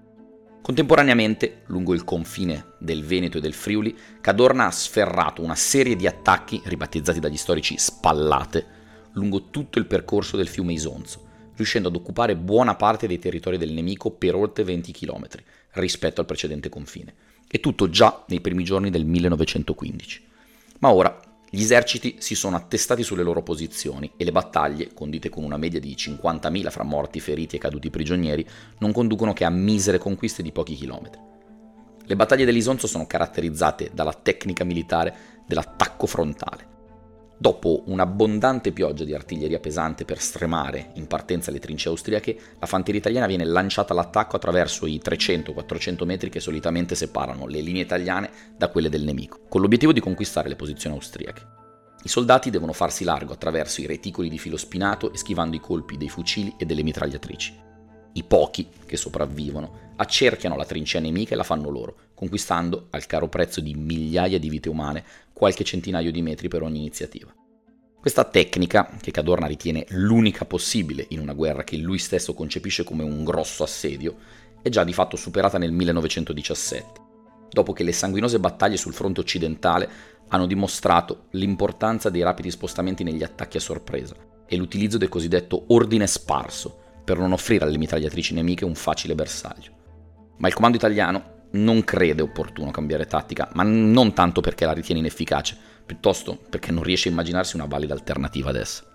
Contemporaneamente, lungo il confine del Veneto e del Friuli, Cadorna ha sferrato una serie di attacchi, ribattezzati dagli storici spallate, lungo tutto il percorso del fiume Isonzo, riuscendo ad occupare buona parte dei territori del nemico per oltre 20 km rispetto al precedente confine, e tutto già nei primi giorni del 1915. Ma ora gli eserciti si sono attestati sulle loro posizioni e le battaglie, condite con una media di 50.000 fra morti, feriti e caduti prigionieri, non conducono che a misere conquiste di pochi chilometri. Le battaglie dell'Isonzo sono caratterizzate dalla tecnica militare dell'attacco frontale. Dopo un'abbondante pioggia di artiglieria pesante per stremare in partenza le trincee austriache, la fanteria italiana viene lanciata all'attacco attraverso i 300-400 metri che solitamente separano le linee italiane da quelle del nemico, con l'obiettivo di conquistare le posizioni austriache. I soldati devono farsi largo attraverso i reticoli di filo spinato, schivando i colpi dei fucili e delle mitragliatrici. I pochi che sopravvivono accerchiano la trincea nemica e la fanno loro, conquistando, al caro prezzo di migliaia di vite umane, qualche centinaio di metri per ogni iniziativa. Questa tecnica, che Cadorna ritiene l'unica possibile in una guerra che lui stesso concepisce come un grosso assedio, è già di fatto superata nel 1917, dopo che le sanguinose battaglie sul fronte occidentale hanno dimostrato l'importanza dei rapidi spostamenti negli attacchi a sorpresa e l'utilizzo del cosiddetto ordine sparso, per non offrire alle mitragliatrici nemiche un facile bersaglio. Ma il comando italiano non crede opportuno cambiare tattica, ma non tanto perché la ritiene inefficace, piuttosto perché non riesce a immaginarsi una valida alternativa ad essa.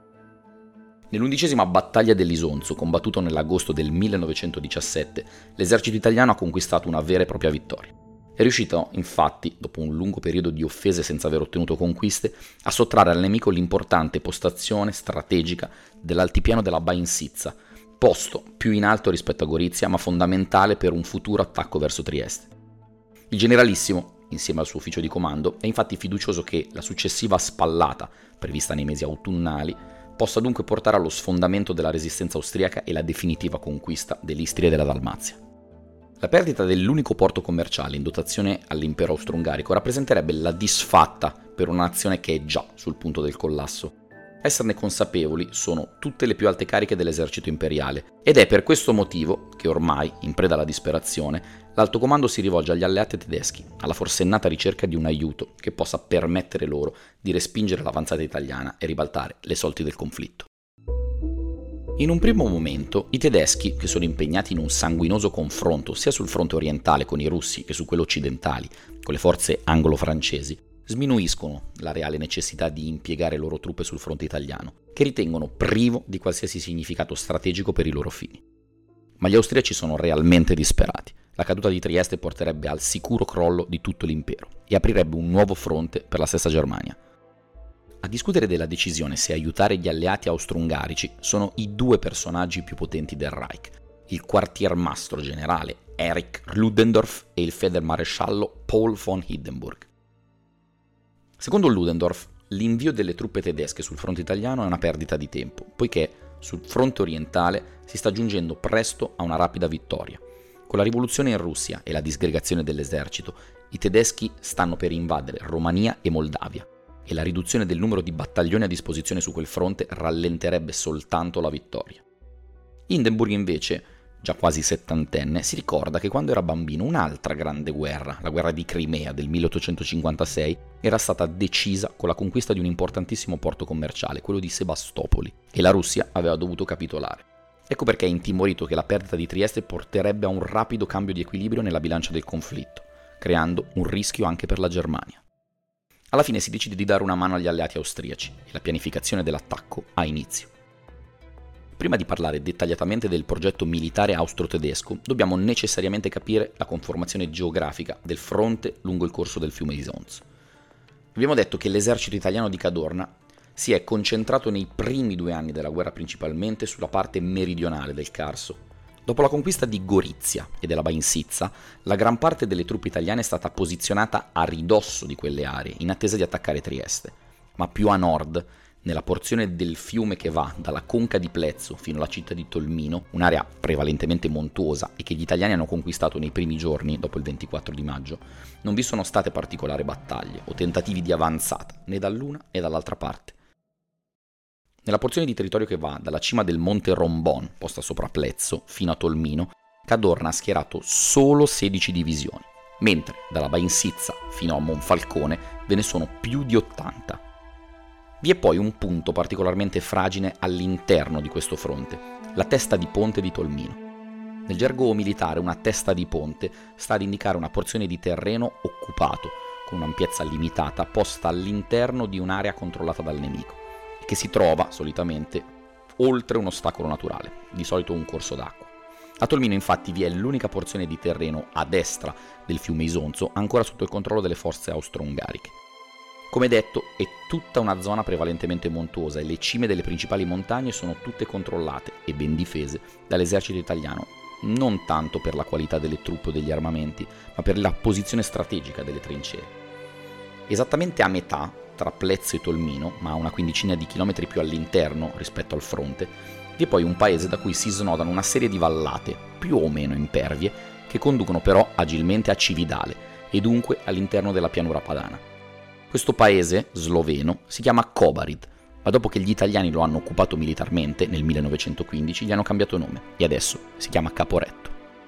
Nell'11ª battaglia dell'Isonzo, combattuto nell'agosto del 1917, l'esercito italiano ha conquistato una vera e propria vittoria. È riuscito, infatti, dopo un lungo periodo di offese senza aver ottenuto conquiste, a sottrarre al nemico l'importante postazione strategica dell'altipiano della Bainsizza, posto più in alto rispetto a Gorizia, ma fondamentale per un futuro attacco verso Trieste. Il generalissimo, insieme al suo ufficio di comando, è infatti fiducioso che la successiva spallata, prevista nei mesi autunnali, possa dunque portare allo sfondamento della resistenza austriaca e la definitiva conquista dell'Istria e della Dalmazia. La perdita dell'unico porto commerciale in dotazione all'impero austro-ungarico rappresenterebbe la disfatta per una nazione che è già sul punto del collasso. Esserne consapevoli sono tutte le più alte cariche dell'esercito imperiale, ed è per questo motivo che ormai, in preda alla disperazione, l'alto comando si rivolge agli alleati tedeschi, alla forsennata ricerca di un aiuto che possa permettere loro di respingere l'avanzata italiana e ribaltare le sorti del conflitto. In un primo momento, i tedeschi, che sono impegnati in un sanguinoso confronto sia sul fronte orientale con i russi che su quello occidentali, con le forze anglo-francesi, sminuiscono la reale necessità di impiegare le loro truppe sul fronte italiano, che ritengono privo di qualsiasi significato strategico per i loro fini. Ma gli austriaci sono realmente disperati. La caduta di Trieste porterebbe al sicuro crollo di tutto l'impero e aprirebbe un nuovo fronte per la stessa Germania. A discutere della decisione se aiutare gli alleati austro-ungarici sono i due personaggi più potenti del Reich, il quartiermastro generale Erich Ludendorff e il feldmaresciallo Paul von Hindenburg. Secondo Ludendorff, l'invio delle truppe tedesche sul fronte italiano è una perdita di tempo, poiché sul fronte orientale si sta giungendo presto a una rapida vittoria. Con la rivoluzione in Russia e la disgregazione dell'esercito, i tedeschi stanno per invadere Romania e Moldavia, e la riduzione del numero di battaglioni a disposizione su quel fronte rallenterebbe soltanto la vittoria. Hindenburg invece già quasi settantenne, si ricorda che quando era bambino un'altra grande guerra, la guerra di Crimea del 1856, era stata decisa con la conquista di un importantissimo porto commerciale, quello di Sebastopoli, e la Russia aveva dovuto capitolare. Ecco perché è intimorito che la perdita di Trieste porterebbe a un rapido cambio di equilibrio nella bilancia del conflitto, creando un rischio anche per la Germania. Alla fine si decide di dare una mano agli alleati austriaci e la pianificazione dell'attacco ha inizio. Prima di parlare dettagliatamente del progetto militare austro-tedesco, dobbiamo necessariamente capire la conformazione geografica del fronte lungo il corso del fiume Isonzo. Abbiamo detto che l'esercito italiano di Cadorna si è concentrato nei primi 2 anni della guerra principalmente sulla parte meridionale del Carso. Dopo la conquista di Gorizia e della Bainsizza, la gran parte delle truppe italiane è stata posizionata a ridosso di quelle aree, in attesa di attaccare Trieste. Ma più a nord, nella porzione del fiume che va dalla conca di Plezzo fino alla città di Tolmino, un'area prevalentemente montuosa e che gli italiani hanno conquistato nei primi giorni, dopo il 24 di maggio, non vi sono state particolari battaglie o tentativi di avanzata, né dall'una né dall'altra parte. Nella porzione di territorio che va dalla cima del Monte Rombon, posta sopra Plezzo, fino a Tolmino, Cadorna ha schierato solo 16 divisioni, mentre dalla Bainsizza fino a Monfalcone ve ne sono più di 80. Vi è poi un punto particolarmente fragile all'interno di questo fronte, la testa di ponte di Tolmino. Nel gergo militare una testa di ponte sta ad indicare una porzione di terreno occupato, con un'ampiezza limitata, posta all'interno di un'area controllata dal nemico, che si trova solitamente oltre un ostacolo naturale, di solito un corso d'acqua. A Tolmino infatti vi è l'unica porzione di terreno a destra del fiume Isonzo ancora sotto il controllo delle forze austro-ungariche. Come detto, è tutta una zona prevalentemente montuosa e le cime delle principali montagne sono tutte controllate e ben difese dall'esercito italiano, non tanto per la qualità delle truppe o degli armamenti, ma per la posizione strategica delle trincee. Esattamente a metà tra Plezzo e Tolmino, ma a una quindicina di chilometri più all'interno rispetto al fronte, vi è poi un paese da cui si snodano una serie di vallate, più o meno impervie, che conducono però agilmente a Cividale e dunque all'interno della pianura padana. Questo paese, sloveno, si chiama Kobarid, ma dopo che gli italiani lo hanno occupato militarmente nel 1915 gli hanno cambiato nome e adesso si chiama Caporetto.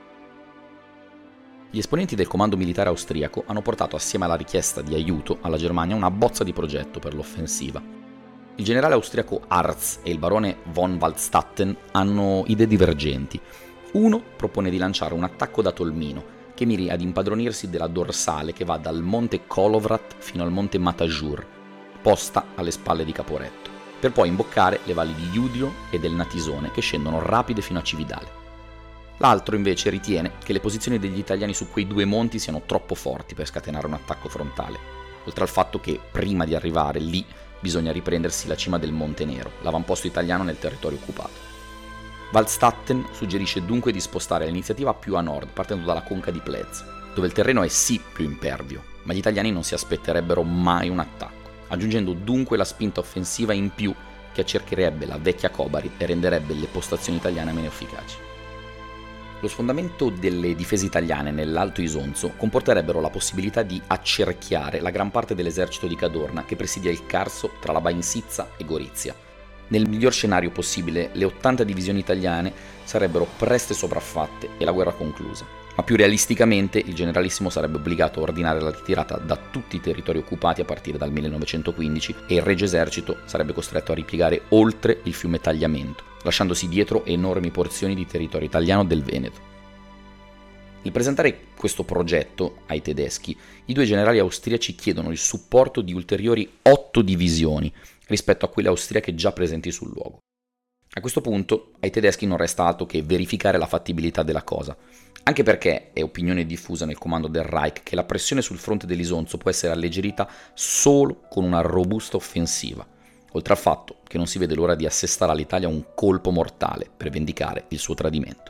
Gli esponenti del comando militare austriaco hanno portato assieme alla richiesta di aiuto alla Germania una bozza di progetto per l'offensiva. Il generale austriaco Harz e il barone von Waldstatten hanno idee divergenti. Uno propone di lanciare un attacco da Tolmino, che miri ad impadronirsi della dorsale che va dal monte Kolovrat fino al monte Matajur, posta alle spalle di Caporetto, per poi imboccare le valli di Iudio e del Natisone che scendono rapide fino a Cividale. L'altro invece ritiene che le posizioni degli italiani su quei 2 monti siano troppo forti per scatenare un attacco frontale, oltre al fatto che prima di arrivare lì bisogna riprendersi la cima del Monte Nero, l'avamposto italiano nel territorio occupato. Waldstatten suggerisce dunque di spostare l'iniziativa più a nord, partendo dalla conca di Plez, dove il terreno è sì più impervio, ma gli italiani non si aspetterebbero mai un attacco, aggiungendo dunque la spinta offensiva in più che accerchierebbe la vecchia Kobarid e renderebbe le postazioni italiane meno efficaci. Lo sfondamento delle difese italiane nell'Alto Isonzo comporterebbero la possibilità di accerchiare la gran parte dell'esercito di Cadorna che presidia il Carso tra la Bainsizza e Gorizia. Nel miglior scenario possibile, le 80 divisioni italiane sarebbero preste sopraffatte e la guerra conclusa. Ma più realisticamente, il generalissimo sarebbe obbligato a ordinare la ritirata da tutti i territori occupati a partire dal 1915 e il Regio Esercito sarebbe costretto a ripiegare oltre il fiume Tagliamento, lasciandosi dietro enormi porzioni di territorio italiano del Veneto. Nel presentare questo progetto ai tedeschi, i 2 generali austriaci chiedono il supporto di ulteriori 8 divisioni rispetto a quelle austriache già presenti sul luogo. A questo punto ai tedeschi non resta altro che verificare la fattibilità della cosa, anche perché è opinione diffusa nel comando del Reich che la pressione sul fronte dell'Isonzo può essere alleggerita solo con una robusta offensiva, oltre al fatto che non si vede l'ora di assestare all'Italia un colpo mortale per vendicare il suo tradimento.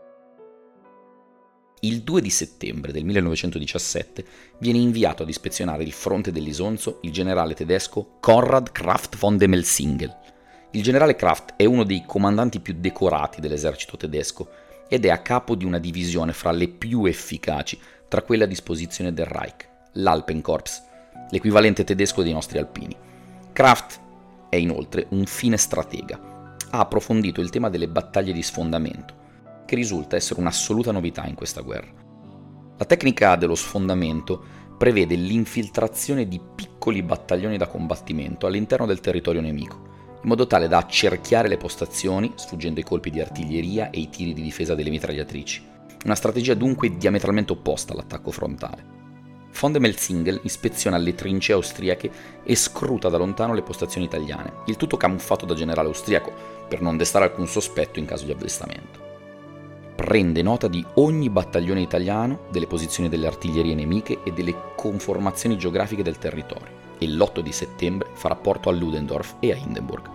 Il 2 di settembre del 1917 viene inviato ad ispezionare il fronte dell'Isonzo il generale tedesco Konrad Kraft von de Melsingel. Il generale Kraft è uno dei comandanti più decorati dell'esercito tedesco ed è a capo di una divisione fra le più efficaci tra quelle a disposizione del Reich, l'Alpenkorps, l'equivalente tedesco dei nostri alpini. Kraft è inoltre un fine stratega. Ha approfondito il tema delle battaglie di sfondamento. che risulta essere un'assoluta novità in questa guerra. La tecnica dello sfondamento prevede l'infiltrazione di piccoli battaglioni da combattimento all'interno del territorio nemico, in modo tale da accerchiare le postazioni, sfuggendo ai colpi di artiglieria e ai tiri di difesa delle mitragliatrici. Una strategia dunque diametralmente opposta all'attacco frontale. Von der Melzingel ispeziona le trincee austriache e scruta da lontano le postazioni italiane, il tutto camuffato da generale austriaco, per non destare alcun sospetto in caso di avvistamento. Prende nota di ogni battaglione italiano, delle posizioni delle artiglierie nemiche e delle conformazioni geografiche del territorio, e l'8 di settembre fa rapporto a Ludendorff e a Hindenburg.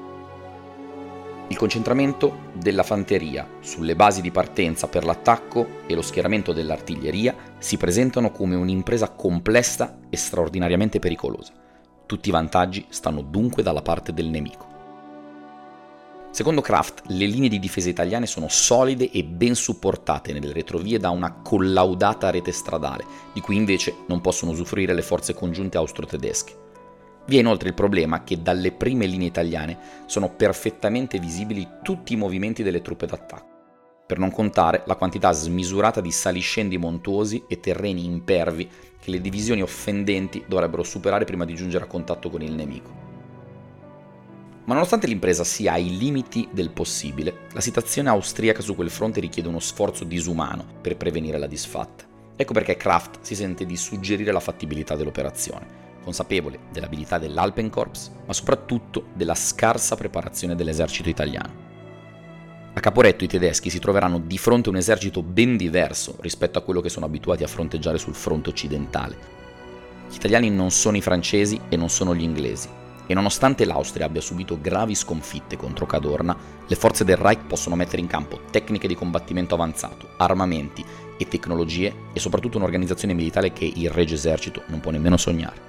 Il concentramento della fanteria sulle basi di partenza per l'attacco e lo schieramento dell'artiglieria si presentano come un'impresa complessa e straordinariamente pericolosa. Tutti i vantaggi stanno dunque dalla parte del nemico. Secondo Kraft, le linee di difesa italiane sono solide e ben supportate nelle retrovie da una collaudata rete stradale, di cui invece non possono usufruire le forze congiunte austro-tedesche. Vi è inoltre il problema che dalle prime linee italiane sono perfettamente visibili tutti i movimenti delle truppe d'attacco, per non contare la quantità smisurata di saliscendi montuosi e terreni impervi che le divisioni offendenti dovrebbero superare prima di giungere a contatto con il nemico. Ma nonostante l'impresa sia ai limiti del possibile, la situazione austriaca su quel fronte richiede uno sforzo disumano per prevenire la disfatta. Ecco perché Kraft si sente di suggerire la fattibilità dell'operazione, consapevole dell'abilità dell'Alpenkorps, ma soprattutto della scarsa preparazione dell'esercito italiano. A Caporetto i tedeschi si troveranno di fronte a un esercito ben diverso rispetto a quello che sono abituati a fronteggiare sul fronte occidentale. Gli italiani non sono i francesi e non sono gli inglesi, e nonostante l'Austria abbia subito gravi sconfitte contro Cadorna, le forze del Reich possono mettere in campo tecniche di combattimento avanzato, armamenti e tecnologie e soprattutto un'organizzazione militare che il Regio Esercito non può nemmeno sognare.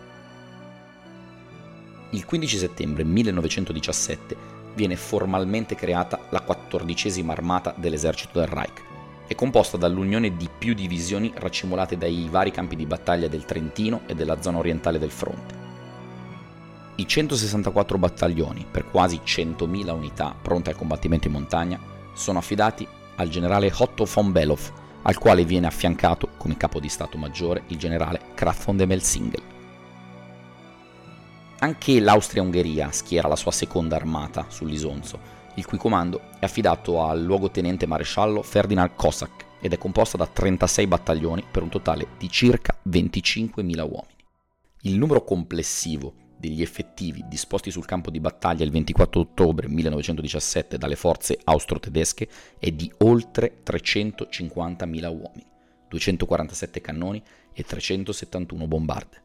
Il 15 settembre 1917 viene formalmente creata la 14ª armata dell'esercito del Reich. È composta dall'unione di più divisioni racimolate dai vari campi di battaglia del Trentino e della zona orientale del fronte. I 164 battaglioni, per quasi 100.000 unità pronte al combattimento in montagna, sono affidati al generale Otto von Below, al quale viene affiancato, come capo di Stato Maggiore, il generale Krafft von der Melzingel. Anche l'Austria-Ungheria schiera la sua seconda armata sull'Isonzo, il cui comando è affidato al luogotenente maresciallo Ferdinand Kossak ed è composta da 36 battaglioni per un totale di circa 25.000 uomini. Il numero complessivo degli effettivi disposti sul campo di battaglia il 24 ottobre 1917 dalle forze austro-tedesche è di oltre 350.000 uomini, 247 cannoni e 371 bombarde.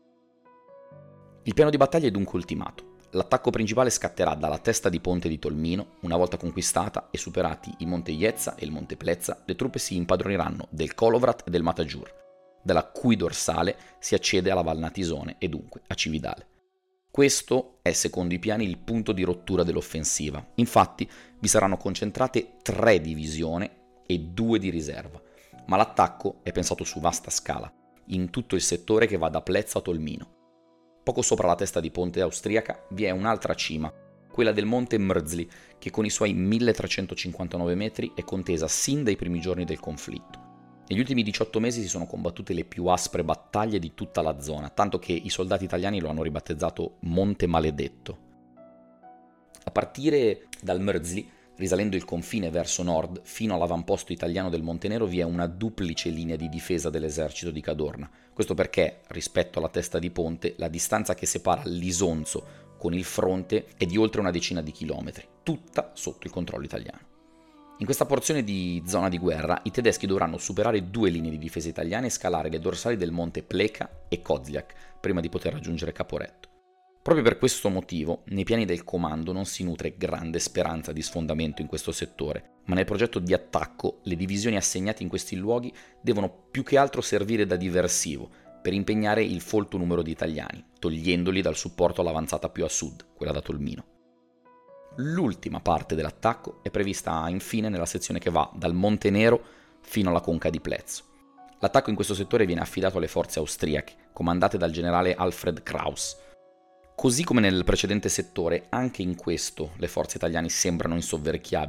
Il piano di battaglia è dunque ultimato. L'attacco principale scatterà dalla testa di ponte di Tolmino. Una volta conquistata e superati il monte Iezza e il monte Plezza, le truppe si impadroniranno del Kolovrat e del Matajur, dalla cui dorsale si accede alla Val Natisone e dunque a Cividale. Questo è, secondo i piani, il punto di rottura dell'offensiva. Infatti vi saranno concentrate 3 divisioni e 2 di riserva, ma l'attacco è pensato su vasta scala, in tutto il settore che va da Plezza a Tolmino. Poco sopra la testa di ponte austriaca vi è un'altra cima, quella del monte Mrzli, che con i suoi 1359 metri è contesa sin dai primi giorni del conflitto. Negli ultimi 18 mesi si sono combattute le più aspre battaglie di tutta la zona, tanto che i soldati italiani lo hanno ribattezzato Monte Maledetto. A partire dal Mrzli, risalendo il confine verso nord fino all'avamposto italiano del Montenero, vi è una duplice linea di difesa dell'esercito di Cadorna. Questo perché, rispetto alla testa di ponte, la distanza che separa l'Isonzo con il fronte è di oltre una decina di chilometri, tutta sotto il controllo italiano. In questa porzione di zona di guerra, i tedeschi dovranno superare 2 linee di difesa italiane e scalare le dorsali del monte Pleka e Kozliak, prima di poter raggiungere Caporetto. Proprio per questo motivo, nei piani del comando non si nutre grande speranza di sfondamento in questo settore, ma nel progetto di attacco le divisioni assegnate in questi luoghi devono più che altro servire da diversivo per impegnare il folto numero di italiani, togliendoli dal supporto all'avanzata più a sud, quella da Tolmino. L'ultima parte dell'attacco è prevista infine nella sezione che va dal Monte Nero fino alla conca di Plezzo. L'attacco in questo settore viene affidato alle forze austriache, comandate dal generale Alfred Kraus. Così come nel precedente settore, anche in questo le forze italiane sembrano insovverchiabili,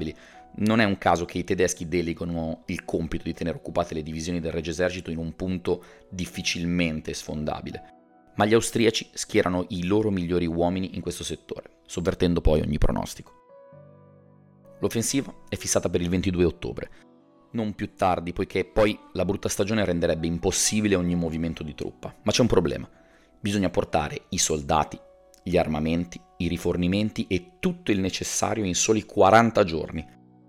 Non è un caso che i tedeschi delegano il compito di tenere occupate le divisioni del Regio Esercito in un punto difficilmente sfondabile, ma gli austriaci schierano i loro migliori uomini in questo settore, sovvertendo poi ogni pronostico. L'offensiva è fissata per il 22 ottobre, non più tardi, poiché poi la brutta stagione renderebbe impossibile ogni movimento di truppa. Ma c'è un problema: bisogna portare i soldati, gli armamenti, i rifornimenti e tutto il necessario in soli 40 giorni.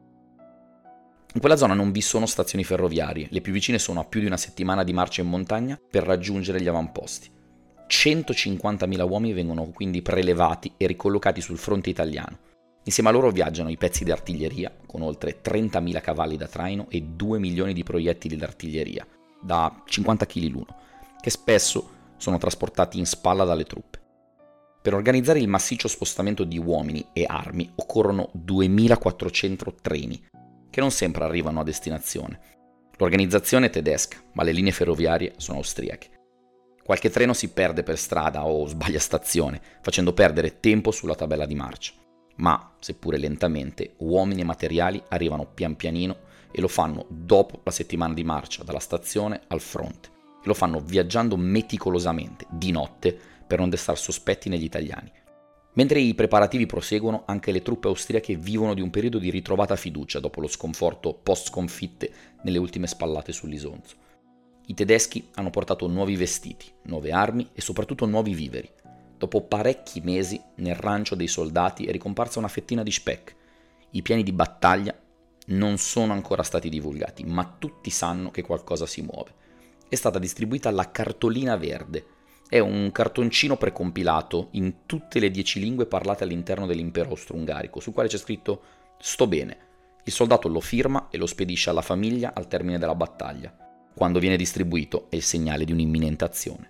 In quella zona non vi sono stazioni ferroviarie, le più vicine sono a più di una settimana di marcia in montagna per raggiungere gli avamposti. 150.000 uomini vengono quindi prelevati e ricollocati sul fronte italiano. Insieme a loro viaggiano i pezzi di artiglieria, con oltre 30.000 cavalli da traino e 2 milioni di proiettili d'artiglieria, da 50 kg l'uno, che spesso sono trasportati in spalla dalle truppe. Per organizzare il massiccio spostamento di uomini e armi occorrono 2.400 treni, che non sempre arrivano a destinazione. L'organizzazione è tedesca, ma le linee ferroviarie sono austriache. Qualche treno si perde per strada o sbaglia stazione, facendo perdere tempo sulla tabella di marcia. Ma, seppure lentamente, uomini e materiali arrivano pian pianino e lo fanno dopo la settimana di marcia dalla stazione al fronte. E lo fanno viaggiando meticolosamente, di notte, per non destare sospetti negli italiani. Mentre i preparativi proseguono, anche le truppe austriache vivono di un periodo di ritrovata fiducia dopo lo sconforto post-sconfitte nelle ultime spallate sull'Isonzo. I tedeschi hanno portato nuovi vestiti, nuove armi e soprattutto nuovi viveri. Dopo parecchi mesi, nel rancio dei soldati è ricomparsa una fettina di speck. I piani di battaglia non sono ancora stati divulgati, ma tutti sanno che qualcosa si muove. È stata distribuita la cartolina verde. È un cartoncino precompilato in tutte le 10 lingue parlate all'interno dell'impero austro-ungarico, sul quale c'è scritto «Sto bene». Il soldato lo firma e lo spedisce alla famiglia al termine della battaglia. Quando viene distribuito è il segnale di un'imminente azione.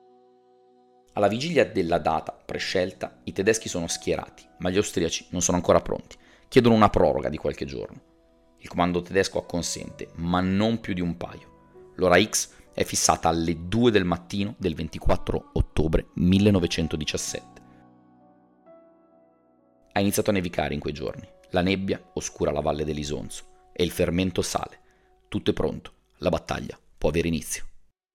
Alla vigilia della data prescelta, i tedeschi sono schierati, ma gli austriaci non sono ancora pronti. Chiedono una proroga di qualche giorno. Il comando tedesco acconsente, ma non più di un paio. L'ora X è fissata alle 2 del mattino del 24 ottobre 1917. Ha iniziato a nevicare in quei giorni. La nebbia oscura la valle dell'Isonzo e il fermento sale. Tutto è pronto. La battaglia può avere inizio.